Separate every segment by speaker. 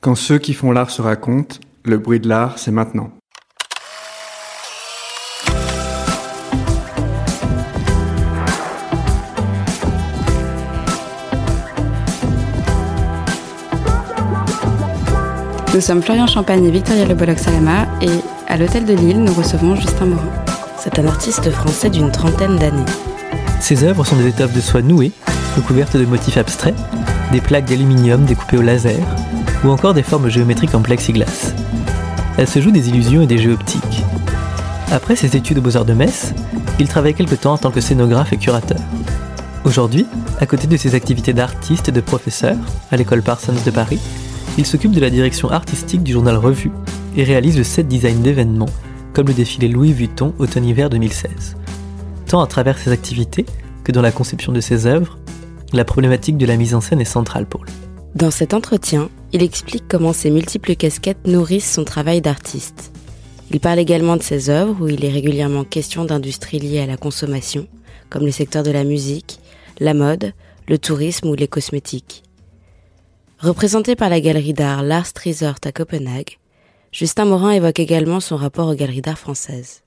Speaker 1: Quand ceux qui font l'art se racontent, le bruit de l'art, c'est maintenant.
Speaker 2: Nous sommes Florian Champagne et Victoria Le Bolloc-Salama et à l'Hôtel de Lille, nous recevons Justin Morin.
Speaker 3: C'est un artiste français d'une trentaine d'années.
Speaker 4: Ses œuvres sont des étoffes de soie nouées, recouvertes de motifs abstraits, des plaques d'aluminium découpées au laser, ou encore des formes géométriques en plexiglas. Elle se joue des illusions et des jeux optiques. Après ses études aux Beaux-Arts de Metz, il travaille quelque temps en tant que scénographe et curateur. Aujourd'hui, à côté de ses activités d'artiste et de professeur à l'école Parsons de Paris, il s'occupe de la direction artistique du journal Revue et réalise le set design d'événements, comme le défilé Louis Vuitton automne-hiver 2016. Tant à travers ses activités que dans la conception de ses œuvres, la problématique de la mise en scène est centrale pour lui.
Speaker 3: Dans cet entretien, il explique comment ses multiples casquettes nourrissent son travail d'artiste. Il parle également de ses œuvres où il est régulièrement question d'industries liées à la consommation, comme le secteur de la musique, la mode, le tourisme ou les cosmétiques. Représenté par la galerie d'art Lars Resort à Copenhague, Justin Morin évoque également son rapport aux galeries d'art françaises.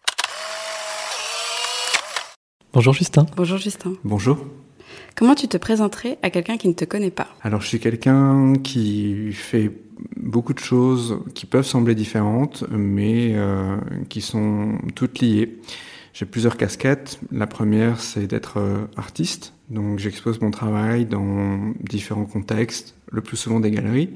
Speaker 4: Bonjour Justin.
Speaker 2: Bonjour Justin.
Speaker 1: Bonjour.
Speaker 2: Comment tu te présenterais à quelqu'un qui ne te connaît pas ?
Speaker 1: Alors, je suis quelqu'un qui fait beaucoup de choses qui peuvent sembler différentes, mais qui sont toutes liées. J'ai plusieurs casquettes. La première, c'est d'être artiste. Donc, j'expose mon travail dans différents contextes, le plus souvent des galeries.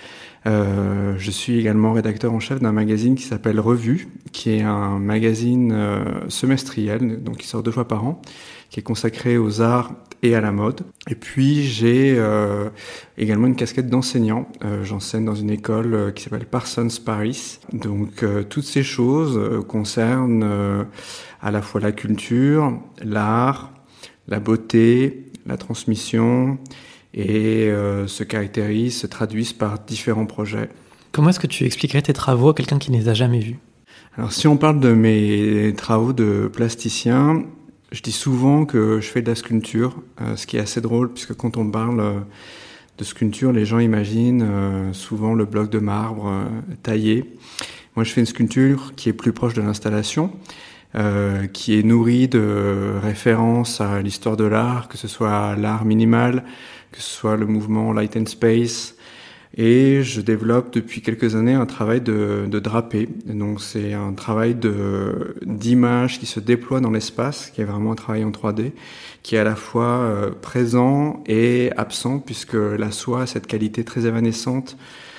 Speaker 1: Je suis également rédacteur en chef d'un magazine qui s'appelle Revue, qui est un magazine semestriel, donc qui sort 2 fois par an, qui est consacré aux arts et à la mode. Et puis j'ai également une casquette d'enseignant. J'enseigne dans une école qui s'appelle Parsons Paris. Donc toutes ces choses concernent à la fois la culture, l'art, la beauté, la transmission, et se traduisent par différents projets.
Speaker 4: Comment est-ce que tu expliquerais tes travaux à quelqu'un qui ne les a jamais vus ?
Speaker 1: Alors si on parle de mes travaux de plasticien, je dis souvent que je fais de la sculpture, ce qui est assez drôle puisque quand on parle de sculpture, les gens imaginent souvent le bloc de marbre taillé. Moi je fais une sculpture qui est plus proche de l'installation, qui est nourrie de références à l'histoire de l'art, que ce soit l'art minimal, que ce soit le mouvement Light and Space. Et je développe depuis quelques années un travail de drapé. Donc c'est un travail d'image qui se déploie dans l'espace, qui est vraiment un travail en 3D, qui est à la fois présent et absent, puisque la soie a cette qualité très évanescente,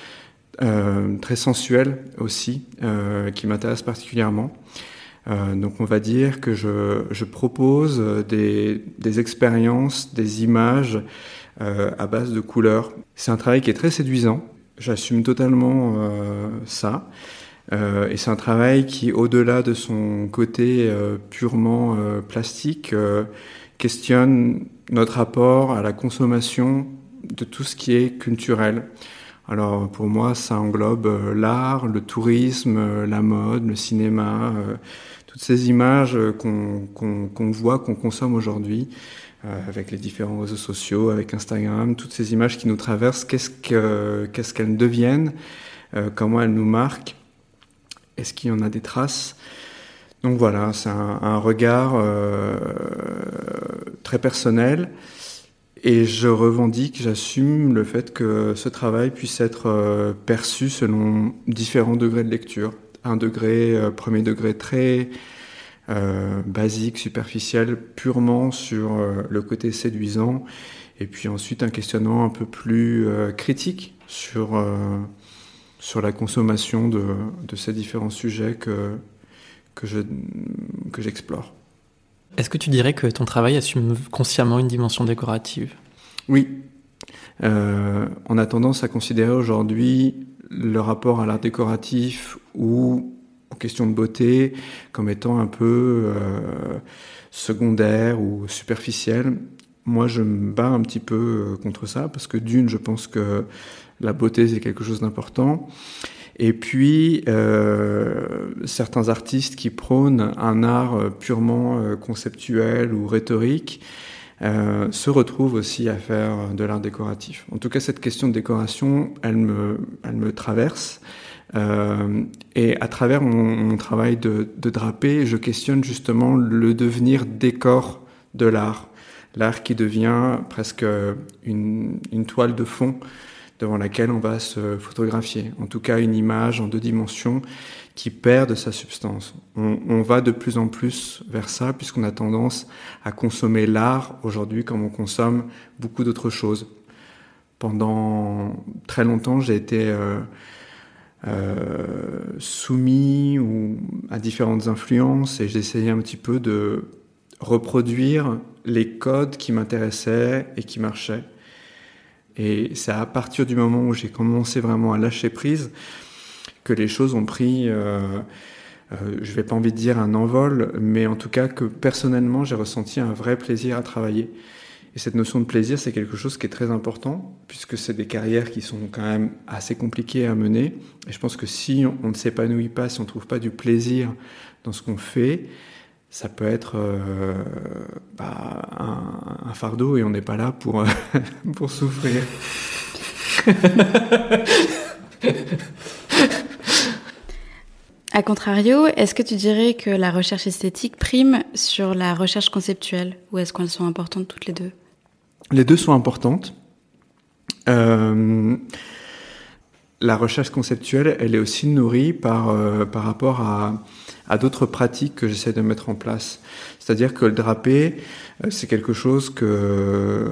Speaker 1: très sensuelle aussi, qui m'intéresse particulièrement. Donc on va dire que je propose des expériences, des images à base de couleurs. C'est un travail qui est très séduisant, j'assume totalement ça, et c'est un travail qui, au-delà de son côté purement plastique, questionne notre rapport à la consommation de tout ce qui est culturel. Alors pour moi, ça englobe l'art, le tourisme, la mode, le cinéma, toutes ces images qu'on voit, qu'on consomme aujourd'hui, avec les différents réseaux sociaux, avec Instagram, toutes ces images qui nous traversent, qu'est-ce qu'elles deviennent, comment elles nous marquent, est-ce qu'il y en a des traces ? Donc voilà, c'est un regard très personnel. Et je revendique, j'assume le fait que ce travail puisse être perçu selon différents degrés de lecture. Un degré, premier degré très basique, superficiel, purement sur le côté séduisant. Et puis ensuite un questionnement un peu plus critique sur la consommation de ces différents sujets que j'explore.
Speaker 4: Est-ce que tu dirais que ton travail assume consciemment une dimension décorative ?
Speaker 1: Oui. On a tendance à considérer aujourd'hui le rapport à l'art décoratif ou aux questions de beauté comme étant un peu secondaire ou superficiel. Moi, je me bats un petit peu contre ça parce que d'une, je pense que la beauté, c'est quelque chose d'important. Et puis, certains artistes qui prônent un art purement conceptuel ou rhétorique se retrouvent aussi à faire de l'art décoratif. En tout cas, cette question de décoration, elle me traverse. Et à travers mon travail de drapé, je questionne justement le devenir décor de l'art. L'art qui devient presque une toile de fond devant laquelle on va se photographier. En tout cas, une image en 2 dimensions qui perd de sa substance. On va de plus en plus vers ça, puisqu'on a tendance à consommer l'art aujourd'hui comme on consomme beaucoup d'autres choses. Pendant très longtemps, j'ai été soumis à différentes influences et j'essayais un petit peu de reproduire les codes qui m'intéressaient et qui marchaient. Et c'est à partir du moment où j'ai commencé vraiment à lâcher prise que les choses ont pris, je vais pas envie de dire un envol, mais en tout cas que personnellement j'ai ressenti un vrai plaisir à travailler. Et cette notion de plaisir, c'est quelque chose qui est très important, puisque c'est des carrières qui sont quand même assez compliquées à mener. Et je pense que si on ne s'épanouit pas, si on ne trouve pas du plaisir dans ce qu'on fait, ça peut être un fardeau et on n'est pas là pour souffrir.
Speaker 2: A contrario, est-ce que tu dirais que la recherche esthétique prime sur la recherche conceptuelle, ou est-ce qu'elles sont importantes toutes les deux ?
Speaker 1: Les deux sont importantes. La recherche conceptuelle, elle est aussi nourrie par rapport à d'autres pratiques que j'essaie de mettre en place. C'est-à-dire que le drapé, c'est quelque chose que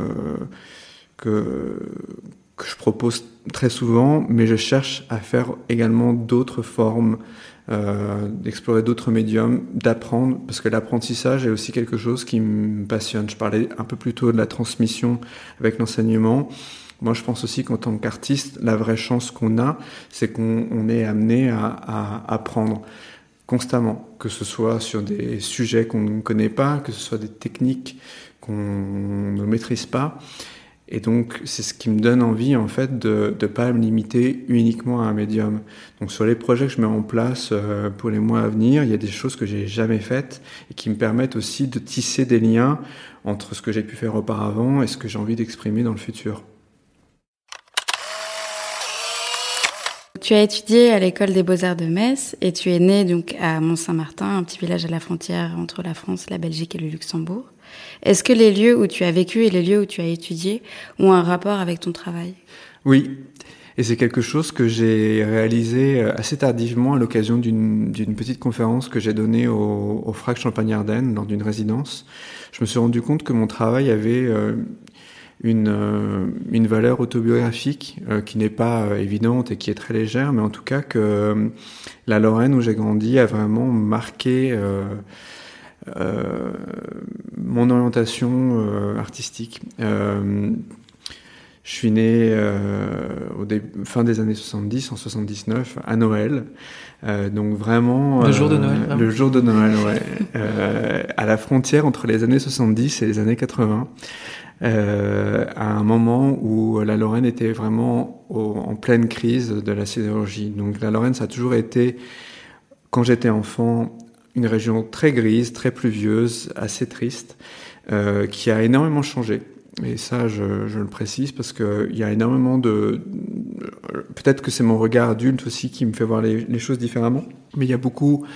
Speaker 1: je propose très souvent, mais je cherche à faire également d'autres formes, d'explorer d'autres médiums, d'apprendre, parce que l'apprentissage est aussi quelque chose qui me passionne. Je parlais un peu plus tôt de la transmission avec l'enseignement. Moi, je pense aussi qu'en tant qu'artiste, la vraie chance qu'on a, c'est qu'on est amené à apprendre constamment, que ce soit sur des sujets qu'on ne connaît pas, que ce soit des techniques qu'on ne maîtrise pas. Et donc, c'est ce qui me donne envie, en fait, de ne pas me limiter uniquement à un médium. Donc, sur les projets que je mets en place pour les mois à venir, il y a des choses que j'ai jamais faites et qui me permettent aussi de tisser des liens entre ce que j'ai pu faire auparavant et ce que j'ai envie d'exprimer dans le futur.
Speaker 2: Tu as étudié à l'école des Beaux-Arts de Metz et tu es né donc à Mont-Saint-Martin, un petit village à la frontière entre la France, la Belgique et le Luxembourg. Est-ce que les lieux où tu as vécu et les lieux où tu as étudié ont un rapport avec ton travail ?
Speaker 1: Oui, et c'est quelque chose que j'ai réalisé assez tardivement à l'occasion d'une petite conférence que j'ai donnée au FRAC Champagne-Ardenne lors d'une résidence. Je me suis rendu compte que mon travail avait une valeur autobiographique qui n'est pas évidente et qui est très légère, mais en tout cas que la Lorraine où j'ai grandi a vraiment marqué mon orientation artistique. Je suis né fin des années 70, en 79, à Noël. Donc vraiment...
Speaker 4: Le jour de Noël.
Speaker 1: Le jour de Noël, ouais. À la frontière entre les années 70 et les années 80. À un moment où la Lorraine était vraiment en pleine crise de la sidérurgie. Donc la Lorraine, ça a toujours été, quand j'étais enfant, une région très grise, très pluvieuse, assez triste, qui a énormément changé. Et ça, je le précise parce que il y a énormément peut-être que c'est mon regard adulte aussi qui me fait voir les choses différemment, mais il y a beaucoup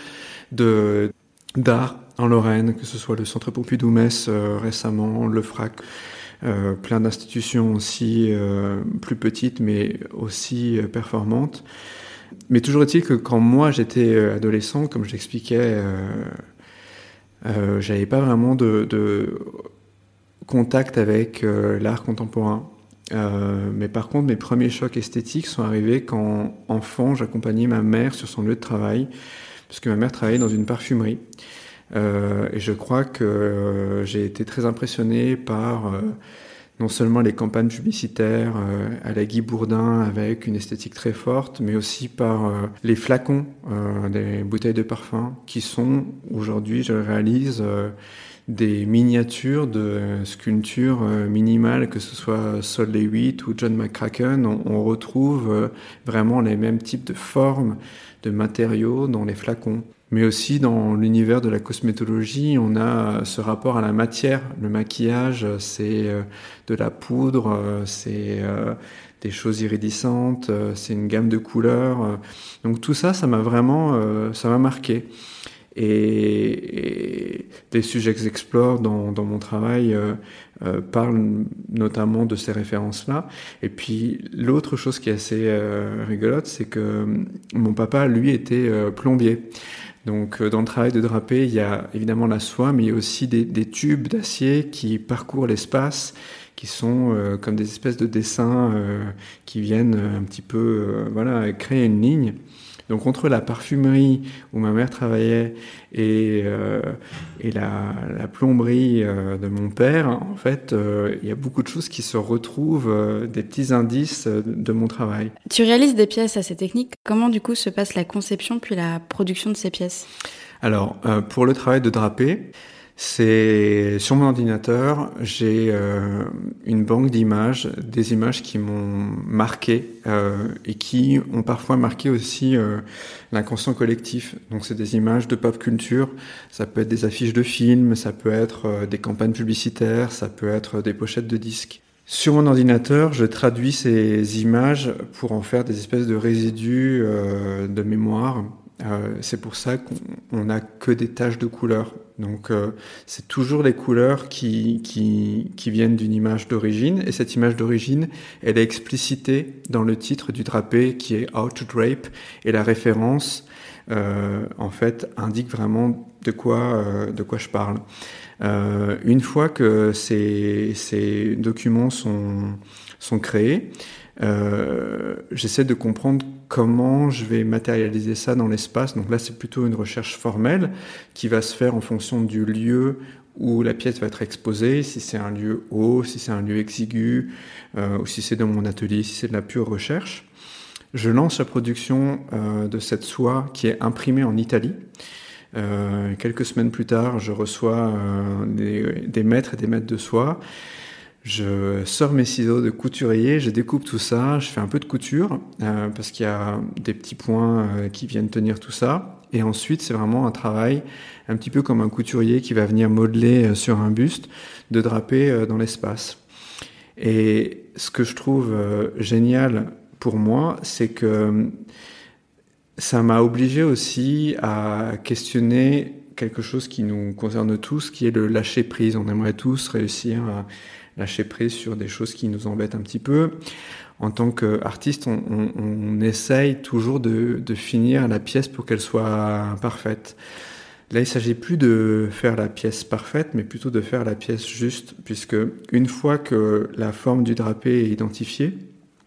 Speaker 1: d'art en Lorraine, que ce soit le Centre Pompidou-Metz récemment, le FRAC, plein d'institutions aussi plus petites mais aussi performantes. Mais toujours est-il que quand moi j'étais adolescent, comme je l'expliquais, j'avais pas vraiment de contact avec l'art contemporain. Mais par contre, mes premiers chocs esthétiques sont arrivés quand, enfant, j'accompagnais ma mère sur son lieu de travail, parce que ma mère travaillait dans une parfumerie. Et je crois que j'ai été très impressionné par non seulement les campagnes publicitaires à la Guy Bourdin avec une esthétique très forte, mais aussi par les flacons des bouteilles de parfum qui sont aujourd'hui, je le réalise, des miniatures de sculptures minimales, que ce soit Sol Lewitt ou John McCracken. On retrouve vraiment les mêmes types de formes, de matériaux dans les flacons. Mais aussi dans l'univers de la cosmétologie, on a ce rapport à la matière. Le maquillage, c'est de la poudre, c'est des choses iridescentes, c'est une gamme de couleurs. Donc tout ça, ça m'a vraiment, ça m'a marqué. Et les sujets que j'explore dans mon travail parlent notamment de ces références-là. Et puis l'autre chose qui est assez rigolote, c'est que mon papa, lui, était plombier. Donc dans le travail de drapé, il y a évidemment la soie, mais il y a aussi des tubes d'acier qui parcourent l'espace, qui sont comme des espèces de dessins qui viennent un petit peu créer une ligne. Donc entre la parfumerie où ma mère travaillait et la plomberie de mon père, en fait, il y a beaucoup de choses qui se retrouvent, des petits indices de mon travail.
Speaker 2: Tu réalises des pièces assez techniques. Comment du coup se passe la conception puis la production de ces pièces ?
Speaker 1: Alors, pour le travail de drapé, c'est sur mon ordinateur, j'ai une banque d'images, des images qui m'ont marqué et qui ont parfois marqué aussi l'inconscient collectif. Donc c'est des images de pop culture, ça peut être des affiches de films, ça peut être des campagnes publicitaires, ça peut être des pochettes de disques. Sur mon ordinateur, je traduis ces images pour en faire des espèces de résidus de mémoire. C'est pour ça qu'on n'a que des taches de couleurs. Donc c'est toujours les couleurs qui viennent d'une image d'origine, et cette image d'origine, elle est explicitée dans le titre du drapé qui est How to Drape, et la référence en fait indique vraiment de quoi je parle. Une fois que ces documents sont créés, j'essaie de comprendre comment je vais matérialiser ça dans l'espace. Donc là, c'est plutôt une recherche formelle qui va se faire en fonction du lieu où la pièce va être exposée, si c'est un lieu haut, si c'est un lieu exigu, ou si c'est dans mon atelier, si c'est de la pure recherche. Je lance la production de cette soie qui est imprimée en Italie. Quelques semaines plus tard, je reçois des mètres et des mètres de soie. Je sors mes ciseaux de couturier, je découpe tout ça, je fais un peu de couture parce qu'il y a des petits points qui viennent tenir tout ça. Et ensuite, c'est vraiment un travail un petit peu comme un couturier qui va venir modeler sur un buste, de draper dans l'espace. Et ce que je trouve génial pour moi, c'est que ça m'a obligé aussi à questionner quelque chose qui nous concerne tous, qui est le lâcher prise. On aimerait tous réussir à lâcher prise sur des choses qui nous embêtent un petit peu. En tant qu'artiste, on essaye toujours de finir la pièce pour qu'elle soit parfaite. Là, il ne s'agit plus de faire la pièce parfaite, mais plutôt de faire la pièce juste, puisque une fois que la forme du drapé est identifiée,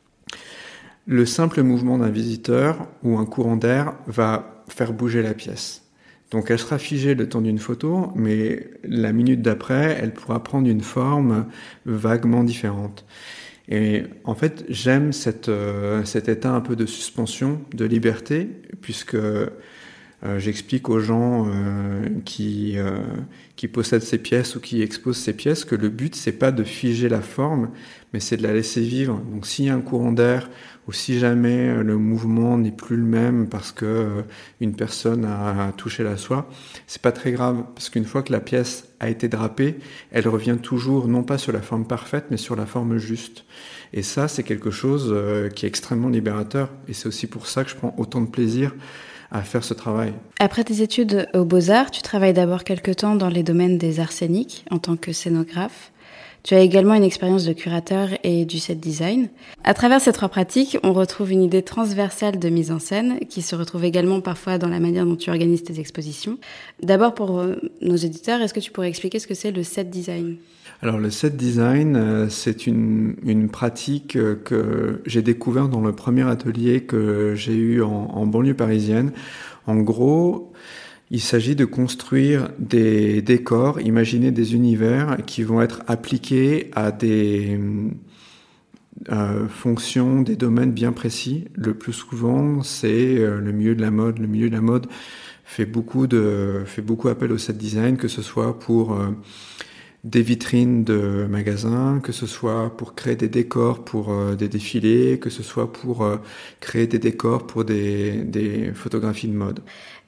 Speaker 1: le simple mouvement d'un visiteur ou un courant d'air va faire bouger la pièce. Donc elle sera figée le temps d'une photo, mais la minute d'après, elle pourra prendre une forme vaguement différente. Et en fait, j'aime cet état un peu de suspension, de liberté, puisque j'explique aux gens qui possèdent ces pièces ou qui exposent ces pièces que le but, c'est pas de figer la forme, mais c'est de la laisser vivre. Donc s'il y a un courant d'air, ou si jamais le mouvement n'est plus le même parce que une personne a touché la soie, c'est pas très grave, parce qu'une fois que la pièce a été drapée, elle revient toujours non pas sur la forme parfaite, mais sur la forme juste. Et ça, c'est quelque chose qui est extrêmement libérateur, et c'est aussi pour ça que je prends autant de plaisir à faire ce travail.
Speaker 2: Après tes études aux Beaux-Arts, tu travailles d'abord quelque temps dans les domaines des arts scéniques en tant que scénographe. Tu as également une expérience de curateur et du set design. À travers ces trois pratiques, on retrouve une idée transversale de mise en scène qui se retrouve également parfois dans la manière dont tu organises tes expositions. D'abord, pour nos éditeurs, est-ce que tu pourrais expliquer ce que c'est le set design ?
Speaker 1: Alors le set design, c'est une pratique que j'ai découvert dans le premier atelier que j'ai eu en banlieue parisienne. En gros, il s'agit de construire des décors, imaginer des univers qui vont être appliqués à des fonctions, des domaines bien précis. Le plus souvent, c'est le milieu de la mode. Le milieu de la mode fait beaucoup appel au set design, que ce soit pour des vitrines de magasins, que ce soit pour créer des décors pour des défilés, que ce soit pour créer des décors pour des photographies de mode.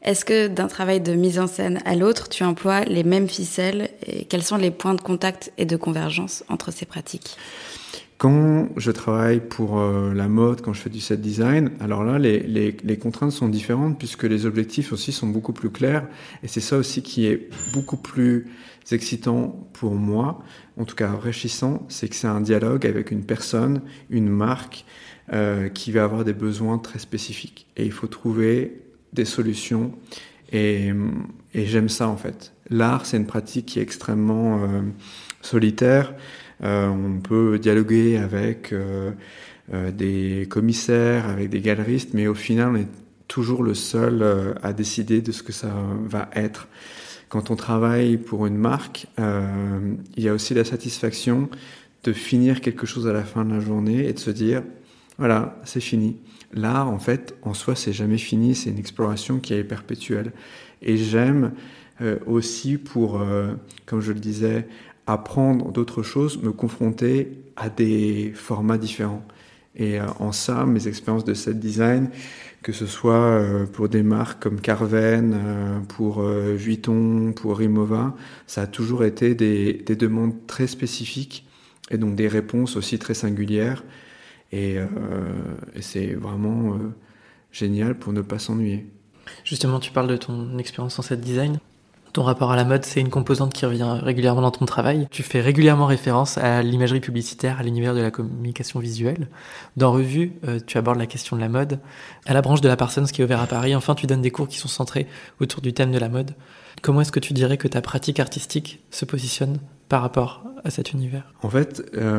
Speaker 2: Est-ce que d'un travail de mise en scène à l'autre, tu emploies les mêmes ficelles et quels sont les points de contact et de convergence entre ces pratiques ?
Speaker 1: Quand je travaille pour la mode, quand je fais du set design, alors là, les contraintes sont différentes puisque les objectifs aussi sont beaucoup plus clairs. Et c'est ça aussi qui est beaucoup plus excitant pour moi, en tout cas enrichissant, c'est que c'est un dialogue avec une personne, une marque qui va avoir des besoins très spécifiques. Et il faut trouver des solutions. Et j'aime ça en fait. L'art, c'est une pratique qui est extrêmement solitaire. On peut dialoguer avec des commissaires, avec des galeristes, mais au final, on est toujours le seul à décider de ce que ça va être. Quand on travaille pour une marque, il y a aussi la satisfaction de finir quelque chose à la fin de la journée et de se dire, voilà, c'est fini. L'art, en fait, en soi, c'est jamais fini, c'est une exploration qui est perpétuelle. Et j'aime aussi pour, comme je le disais, apprendre d'autres choses, me confronter à des formats différents. Et en ça, mes expériences de set design, que ce soit pour des marques comme Carven, pour Vuitton, pour Rimowa, ça a toujours été des demandes très spécifiques et donc des réponses aussi très singulières. Et c'est vraiment génial pour ne pas s'ennuyer.
Speaker 4: Justement, tu parles de ton expérience en set design. Ton rapport à la mode, c'est une composante qui revient régulièrement dans ton travail. Tu fais régulièrement référence à l'imagerie publicitaire, à l'univers de la communication visuelle. Dans Revue, tu abordes la question de la mode, à la branche de la Parsons qui est ouverte à Paris. Enfin, tu donnes des cours qui sont centrés autour du thème de la mode. Comment est-ce que tu dirais que ta pratique artistique se positionne par rapport à cet univers ?
Speaker 1: En fait,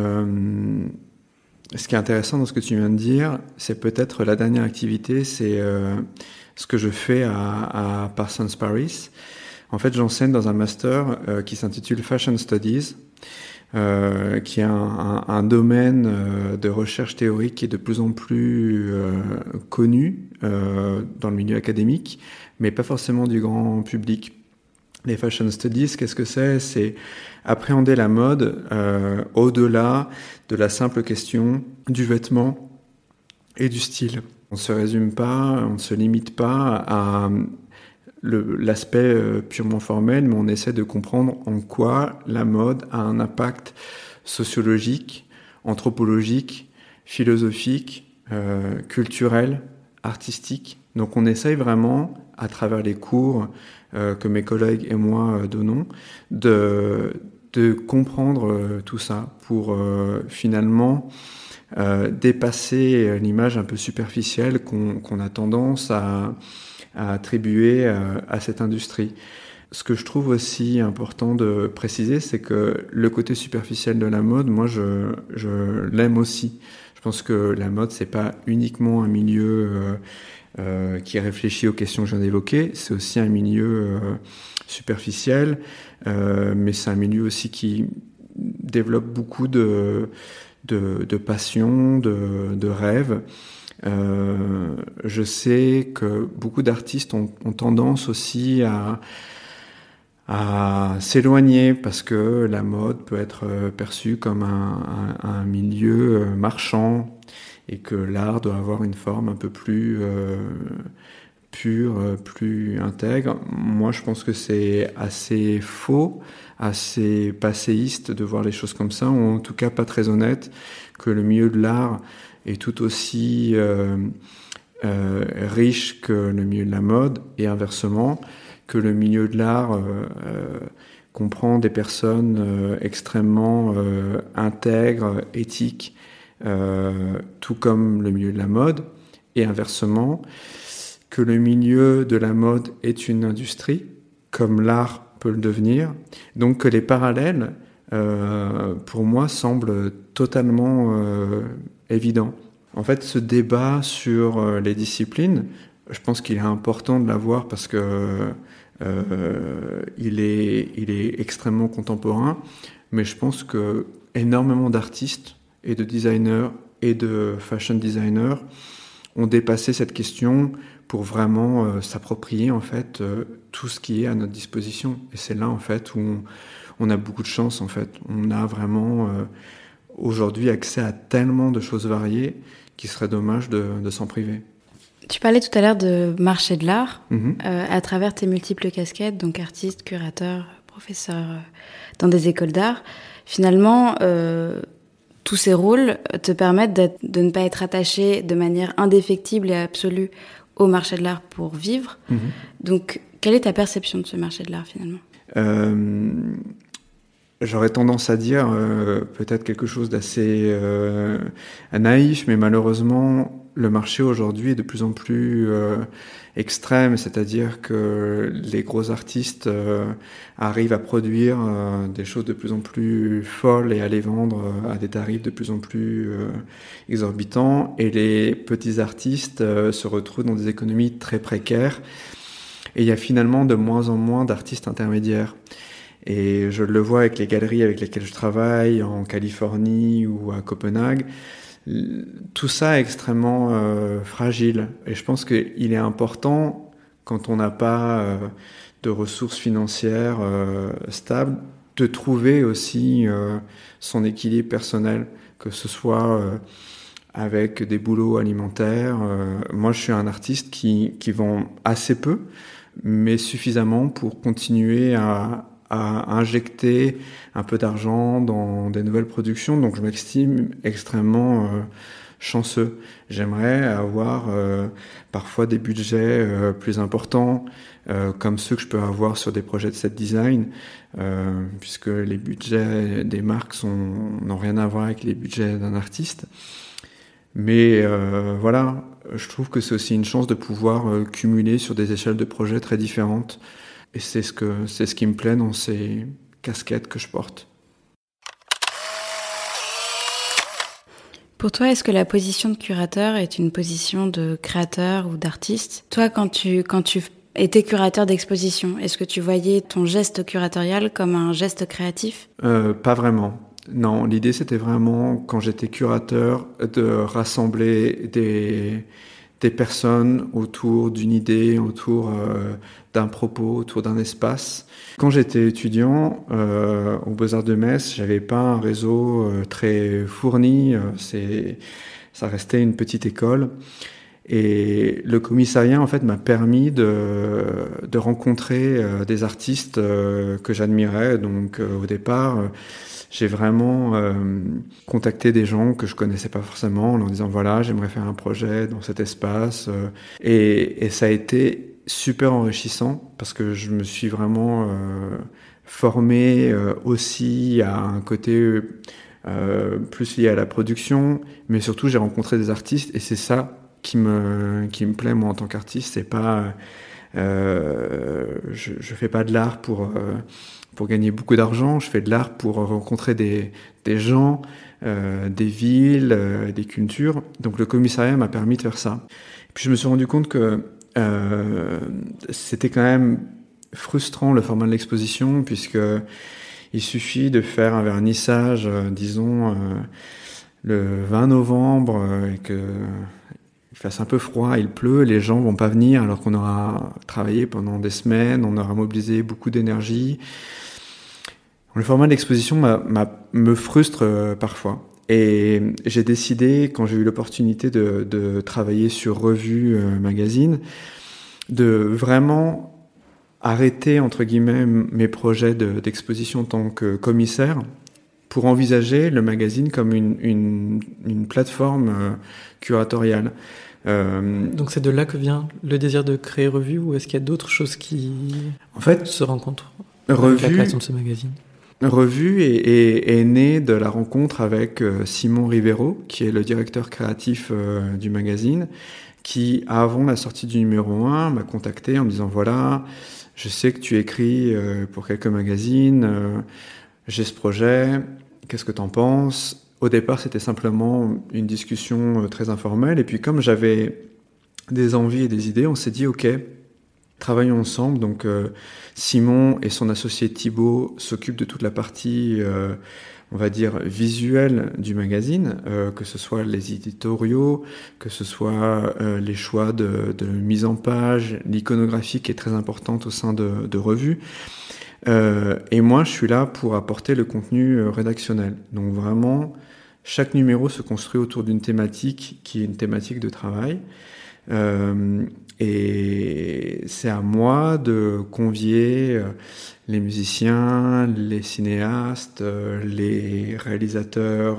Speaker 1: ce qui est intéressant dans ce que tu viens de dire, c'est peut-être la dernière activité, c'est ce que je fais à Parsons Paris. En fait, j'enseigne dans un master qui s'intitule Fashion Studies, qui est un domaine de recherche théorique qui est de plus en plus connu dans le milieu académique, mais pas forcément du grand public. Les Fashion Studies, qu'est-ce que c'est ? C'est appréhender la mode au-delà de la simple question du vêtement et du style. On ne se résume pas, on ne se limite pas à l'aspect purement formel, mais on essaie de comprendre en quoi la mode a un impact sociologique, anthropologique, philosophique, culturel, artistique. Donc on essaye vraiment, à travers les cours que mes collègues et moi donnons, de comprendre tout ça pour finalement dépasser l'image un peu superficielle qu'on a tendance à attribuer à cette industrie. Ce que je trouve aussi important de préciser, c'est que le côté superficiel de la mode, moi, je l'aime aussi. Je pense que la mode, c'est pas uniquement un milieu qui réfléchit aux questions que je viens d'évoquer, c'est aussi un milieu superficiel, mais c'est un milieu aussi qui développe beaucoup de passion, de rêves. Je sais que beaucoup d'artistes ont tendance aussi à s'éloigner parce que la mode peut être perçue comme un milieu marchand et que l'art doit avoir une forme un peu plus pure, plus intègre. Moi, je pense que c'est assez faux, assez passéiste de voir les choses comme ça, ou en tout cas pas très honnête, que le milieu de l'art est tout aussi riche que le milieu de la mode, et inversement, que le milieu de l'art comprend des personnes extrêmement intègres, éthiques, tout comme le milieu de la mode, et inversement, que le milieu de la mode est une industrie, comme l'art peut le devenir, donc que les parallèles, pour moi, semblent totalement évidents. En fait, ce débat sur les disciplines, je pense qu'il est important de l'avoir parce que il est extrêmement contemporain, mais je pense que énormément d'artistes et de designers et de fashion designers ont dépassé cette question pour vraiment s'approprier en fait tout ce qui est à notre disposition. Et c'est là en fait où on a beaucoup de chance en fait. On a vraiment aujourd'hui accès à tellement de choses variées qu'il serait dommage de s'en priver.
Speaker 2: Tu parlais tout à l'heure de marché de l'art, à travers tes multiples casquettes, donc artiste, curateur, professeur dans des écoles d'art. Finalement, tous ces rôles te permettent de ne pas être attaché de manière indéfectible et absolue au marché de l'art pour vivre. Donc, quelle est ta perception de ce marché de l'art finalement ?
Speaker 1: J'aurais tendance à dire peut-être quelque chose d'assez naïf, mais malheureusement, le marché aujourd'hui est de plus en plus extrême, c'est-à-dire que les gros artistes arrivent à produire des choses de plus en plus folles et à les vendre à des tarifs de plus en plus exorbitants, et les petits artistes se retrouvent dans des économies très précaires, et il y a finalement de moins en moins d'artistes intermédiaires. Et je le vois avec les galeries avec lesquelles je travaille en Californie ou à Copenhague. Tout ça est extrêmement fragile. Et je pense qu'il est important, quand on n'a pas de ressources financières stables, de trouver aussi son équilibre personnel, que ce soit avec des boulots alimentaires. Moi, je suis un artiste qui vend assez peu, mais suffisamment pour continuer à injecter un peu d'argent dans des nouvelles productions. Donc je m'estime extrêmement chanceux. J'aimerais avoir parfois des budgets plus importants, comme ceux que je peux avoir sur des projets de set design, puisque les budgets des marques n'ont rien à voir avec les budgets d'un artiste. Mais voilà, je trouve que c'est aussi une chance de pouvoir cumuler sur des échelles de projets très différentes. Et c'est ce qui me plaît dans ces casquettes que je porte.
Speaker 2: Pour toi, est-ce que la position de curateur est une position de créateur ou d'artiste ? Toi, quand tu étais curateur d'exposition, est-ce que tu voyais ton geste curatorial comme un geste créatif ?
Speaker 1: Pas vraiment. Non, l'idée c'était vraiment, quand j'étais curateur, de rassembler des personnes autour d'une idée, autour d'un propos, autour d'un espace. Quand j'étais étudiant aux Beaux-Arts de Metz, j'avais pas un réseau très fourni, ça restait une petite école. Et le commissariat, en fait, m'a permis de rencontrer des artistes que j'admirais. Donc, au départ, j'ai vraiment contacté des gens que je connaissais pas forcément en leur disant voilà, j'aimerais faire un projet dans cet espace. Et ça a été super enrichissant parce que je me suis vraiment formé aussi à un côté plus lié à la production, mais surtout j'ai rencontré des artistes et c'est ça qui me plaît moi en tant qu'artiste. C'est pas je fais pas de l'art pour gagner beaucoup d'argent, je fais de l'art pour rencontrer des gens, des villes, des cultures. Donc le commissariat m'a permis de faire ça. Et puis je me suis rendu compte que c'était quand même frustrant le format de l'exposition, puisque il suffit de faire un vernissage, disons, le 20 novembre, et qu'il fasse un peu froid, il pleut, les gens vont pas venir alors qu'on aura travaillé pendant des semaines, on aura mobilisé beaucoup d'énergie. Le format de l'exposition me frustre parfois. Et j'ai décidé, quand j'ai eu l'opportunité de travailler sur Revue Magazine, de vraiment arrêter, entre guillemets, mes projets d'exposition en tant que commissaire pour envisager le magazine comme une plateforme curatoriale.
Speaker 4: Donc c'est de là que vient le désir de créer Revue, ou est-ce qu'il y a d'autres choses qui se rencontrent avec la création de ce magazine ?
Speaker 1: Revue est née de la rencontre avec Simon Rivero, qui est le directeur créatif du magazine, qui, avant la sortie du numéro 1, m'a contacté en me disant « Voilà, je sais que tu écris pour quelques magazines, j'ai ce projet, qu'est-ce que t'en penses ?» Au départ, c'était simplement une discussion très informelle, et puis comme j'avais des envies et des idées, on s'est dit « Ok, travaillons ensemble. » Donc Simon et son associé Thibaut s'occupent de toute la partie, on va dire, visuelle du magazine, que ce soit les éditoriaux, que ce soit les choix de mise en page, l'iconographie qui est très importante au sein de Revue. Et moi, je suis là pour apporter le contenu rédactionnel. Donc vraiment, chaque numéro se construit autour d'une thématique qui est une thématique de travail. Et c'est à moi de convier les musiciens, les cinéastes, les réalisateurs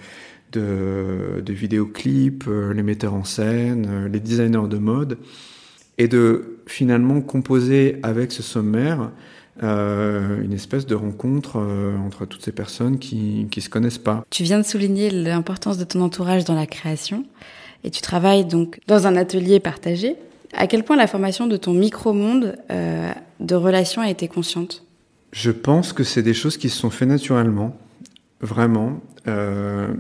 Speaker 1: de vidéoclips, les metteurs en scène, les designers de mode, et de finalement composer avec ce sommaire une espèce de rencontre entre toutes ces personnes qui se connaissent pas.
Speaker 2: Tu viens de souligner l'importance de ton entourage dans la création, et tu travailles donc dans un atelier partagé. À quel point la formation de ton micro-monde de relations a été consciente ?
Speaker 1: Je pense que c'est des choses qui se sont faites naturellement, vraiment. Je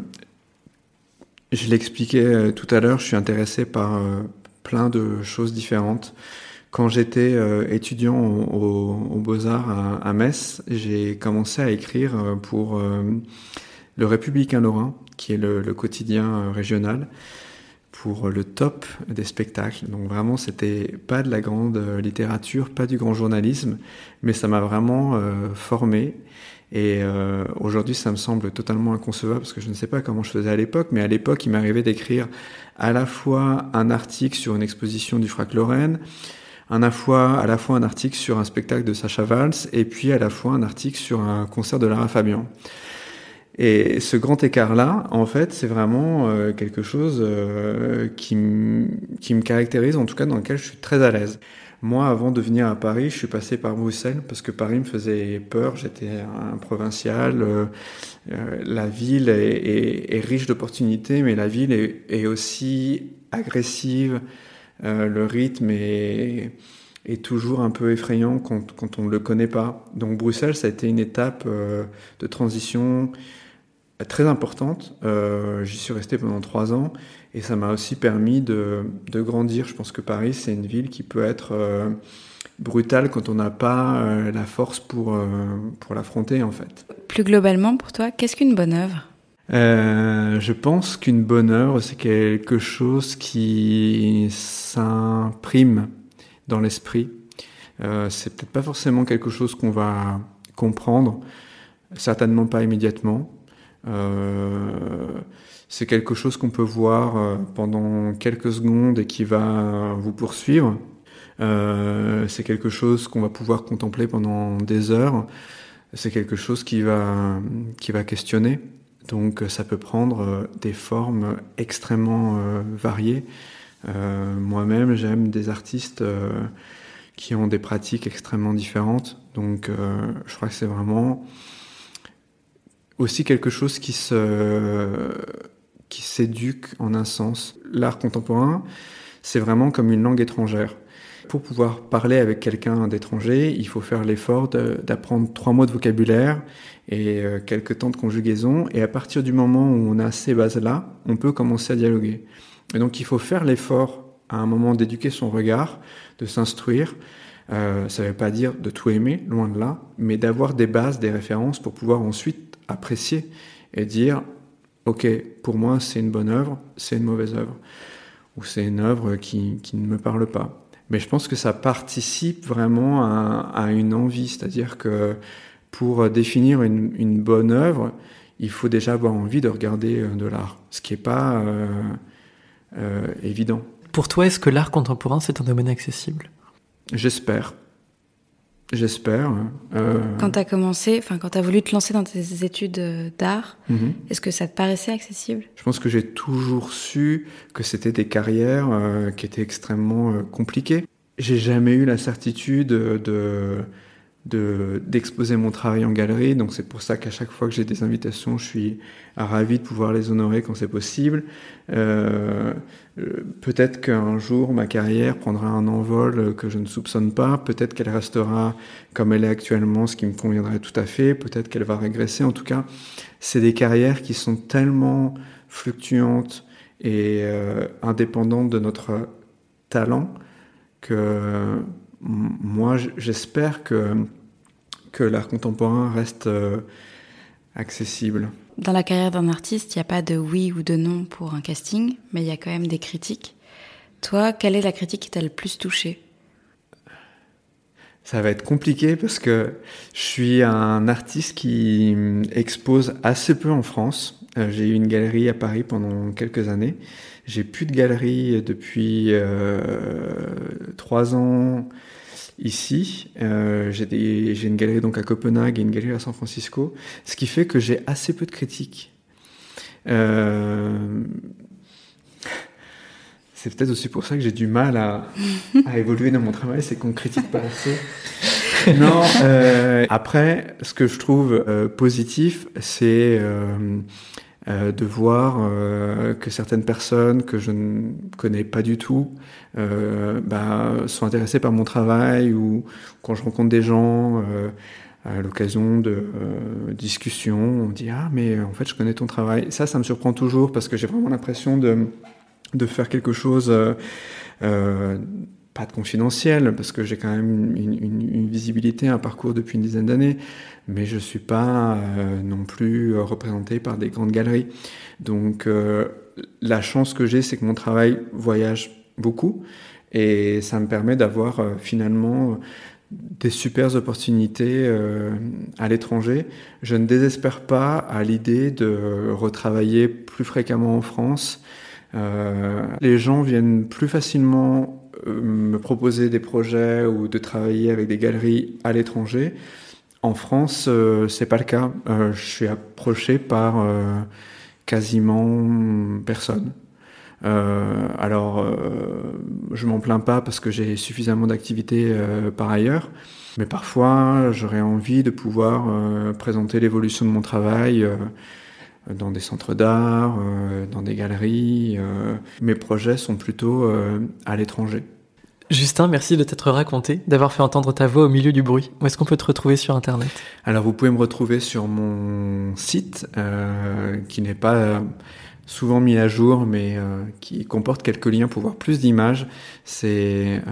Speaker 1: l'expliquais tout à l'heure, je suis intéressé par plein de choses différentes. Quand j'étais étudiant aux Beaux-Arts à Metz, j'ai commencé à écrire pour le Républicain Lorrain, qui est le quotidien régional, pour le top des spectacles. Donc vraiment, c'était pas de la grande littérature, pas du grand journalisme, mais ça m'a vraiment formé. Et aujourd'hui, ça me semble totalement inconcevable parce que je ne sais pas comment je faisais à l'époque, mais à l'époque, il m'arrivait d'écrire à la fois un article sur une exposition du Frac Lorraine, à la fois un article sur un spectacle de Sacha Valls, et puis à la fois un article sur un concert de Lara Fabian. Et ce grand écart-là, en fait, c'est vraiment quelque chose qui me caractérise, en tout cas dans lequel je suis très à l'aise. Moi, avant de venir à Paris, je suis passé par Bruxelles parce que Paris me faisait peur. J'étais un provincial. La ville est riche d'opportunités, mais la ville est aussi agressive. Le rythme est toujours un peu effrayant quand on ne le connaît pas. Donc Bruxelles, ça a été une étape de transition très importante. J'y suis resté pendant 3 ans et ça m'a aussi permis de grandir. Je pense que Paris, c'est une ville qui peut être brutale quand on n'a pas la force pour l'affronter, en fait.
Speaker 2: Plus globalement, pour toi, qu'est-ce qu'une bonne œuvre ?
Speaker 1: Je pense qu'une bonne œuvre, c'est quelque chose qui s'imprime dans l'esprit. C'est peut-être pas forcément quelque chose qu'on va comprendre, certainement pas immédiatement. C'est quelque chose qu'on peut voir pendant quelques secondes et qui va vous poursuivre. C'est quelque chose qu'on va pouvoir contempler pendant des heures. C'est quelque chose qui va questionner. Donc ça peut prendre des formes extrêmement variées. Moi-même, j'aime des artistes qui ont des pratiques extrêmement différentes. Donc je crois que c'est vraiment aussi quelque chose qui s'éduque en un sens. L'art contemporain, c'est vraiment comme une langue étrangère. Pour pouvoir parler avec quelqu'un d'étranger, il faut faire l'effort d'apprendre 3 mots de vocabulaire et quelques temps de conjugaison. Et à partir du moment où on a ces bases-là, on peut commencer à dialoguer. Et donc il faut faire l'effort à un moment d'éduquer son regard, de s'instruire. Ça ne veut pas dire de tout aimer, loin de là, mais d'avoir des bases, des références pour pouvoir ensuite apprécier et dire « Ok, pour moi c'est une bonne œuvre, c'est une mauvaise œuvre. » Ou c'est une œuvre qui ne me parle pas. Mais je pense que ça participe vraiment à une envie. C'est-à-dire que pour définir une bonne œuvre, il faut déjà avoir envie de regarder de l'art. Ce qui n'est pas évident.
Speaker 4: Pour toi, est-ce que l'art contemporain, c'est un domaine accessible ?
Speaker 1: J'espère.
Speaker 2: Quand tu as commencé, quand tu as voulu te lancer dans tes études d'art, est-ce que ça te paraissait accessible ?
Speaker 1: Je pense que j'ai toujours su que c'était des carrières qui étaient extrêmement compliquées. J'ai jamais eu la certitude d'exposer mon travail en galerie, donc c'est pour ça qu'à chaque fois que j'ai des invitations, je suis ravi de pouvoir les honorer quand c'est possible. Peut-être qu'un jour ma carrière prendra un envol que je ne soupçonne pas, peut-être qu'elle restera comme elle est actuellement, ce qui me conviendrait tout à fait, peut-être qu'elle va régresser. En tout cas, c'est des carrières qui sont tellement fluctuantes et indépendantes de notre talent que moi, j'espère que l'art contemporain reste accessible.
Speaker 2: Dans la carrière d'un artiste, il n'y a pas de oui ou de non pour un casting, mais il y a quand même des critiques. Toi, quelle est la critique qui t'a le plus touché ?
Speaker 1: Ça va être compliqué parce que je suis un artiste qui expose assez peu en France. J'ai eu une galerie à Paris pendant quelques années. J'ai plus de galerie depuis 3 ans ici. J'ai une galerie donc à Copenhague et une galerie à San Francisco, ce qui fait que j'ai assez peu de critiques. C'est peut-être aussi pour ça que j'ai du mal à évoluer dans mon travail, c'est qu'on ne critique pas assez. Non, après, ce que je trouve positif, c'est de voir que certaines personnes que je ne connais pas du tout sont intéressées par mon travail, ou quand je rencontre des gens à l'occasion de discussions, on dit « Ah, mais en fait, je connais ton travail ». Ça me surprend toujours parce que j'ai vraiment l'impression de faire quelque chose, pas de confidentiel, parce que j'ai quand même une visibilité, un parcours depuis une dizaine d'années, mais je suis pas non plus représenté par des grandes galeries. Donc la chance que j'ai, c'est que mon travail voyage beaucoup, et ça me permet d'avoir finalement des super opportunités à l'étranger. Je ne désespère pas à l'idée de retravailler plus fréquemment en France. Les gens viennent plus facilement me proposer des projets ou de travailler avec des galeries à l'étranger. En France, c'est pas le cas. Je suis approché par quasiment personne. Alors, je m'en plains pas parce que j'ai suffisamment d'activités par ailleurs, mais parfois j'aurais envie de pouvoir présenter l'évolution de mon travail dans des centres d'art, dans des galeries. Mes projets sont plutôt à l'étranger.
Speaker 4: Justin, merci de t'être raconté, d'avoir fait entendre ta voix au milieu du bruit. Où est-ce qu'on peut te retrouver sur Internet ?
Speaker 1: Alors, vous pouvez me retrouver sur mon site, qui n'est pas souvent mis à jour, mais qui comporte quelques liens pour voir plus d'images. C'est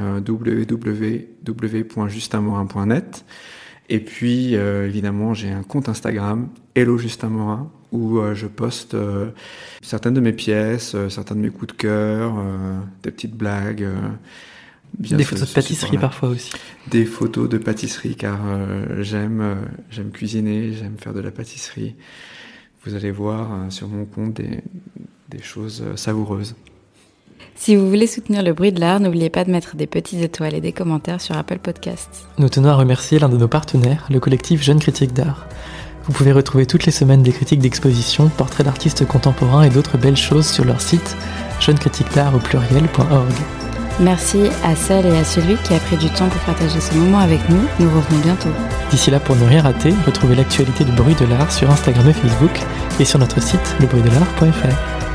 Speaker 1: www.justinmorin.net. Et puis, évidemment, j'ai un compte Instagram, Hello Justin Morin, où je poste certaines de mes pièces, certains de mes coups de cœur, des petites blagues.
Speaker 4: Des photos de pâtisserie parfois aussi.
Speaker 1: Des photos de pâtisserie, car j'aime cuisiner, j'aime faire de la pâtisserie. Vous allez voir sur mon compte des choses savoureuses.
Speaker 2: Si vous voulez soutenir le bruit de l'art, n'oubliez pas de mettre des petites étoiles et des commentaires sur Apple Podcasts.
Speaker 4: Nous tenons à remercier l'un de nos partenaires, le collectif Jeunes Critiques d'Art. Vous pouvez retrouver toutes les semaines des critiques d'exposition, portraits d'artistes contemporains et d'autres belles choses sur leur site jeunescritiquesdart.org.
Speaker 2: Merci à celle et à celui qui a pris du temps pour partager ce moment avec nous. Nous revenons bientôt.
Speaker 4: D'ici là, pour ne rien rater, retrouvez l'actualité du bruit de l'art sur Instagram et Facebook et sur notre site lebruitdelart.fr.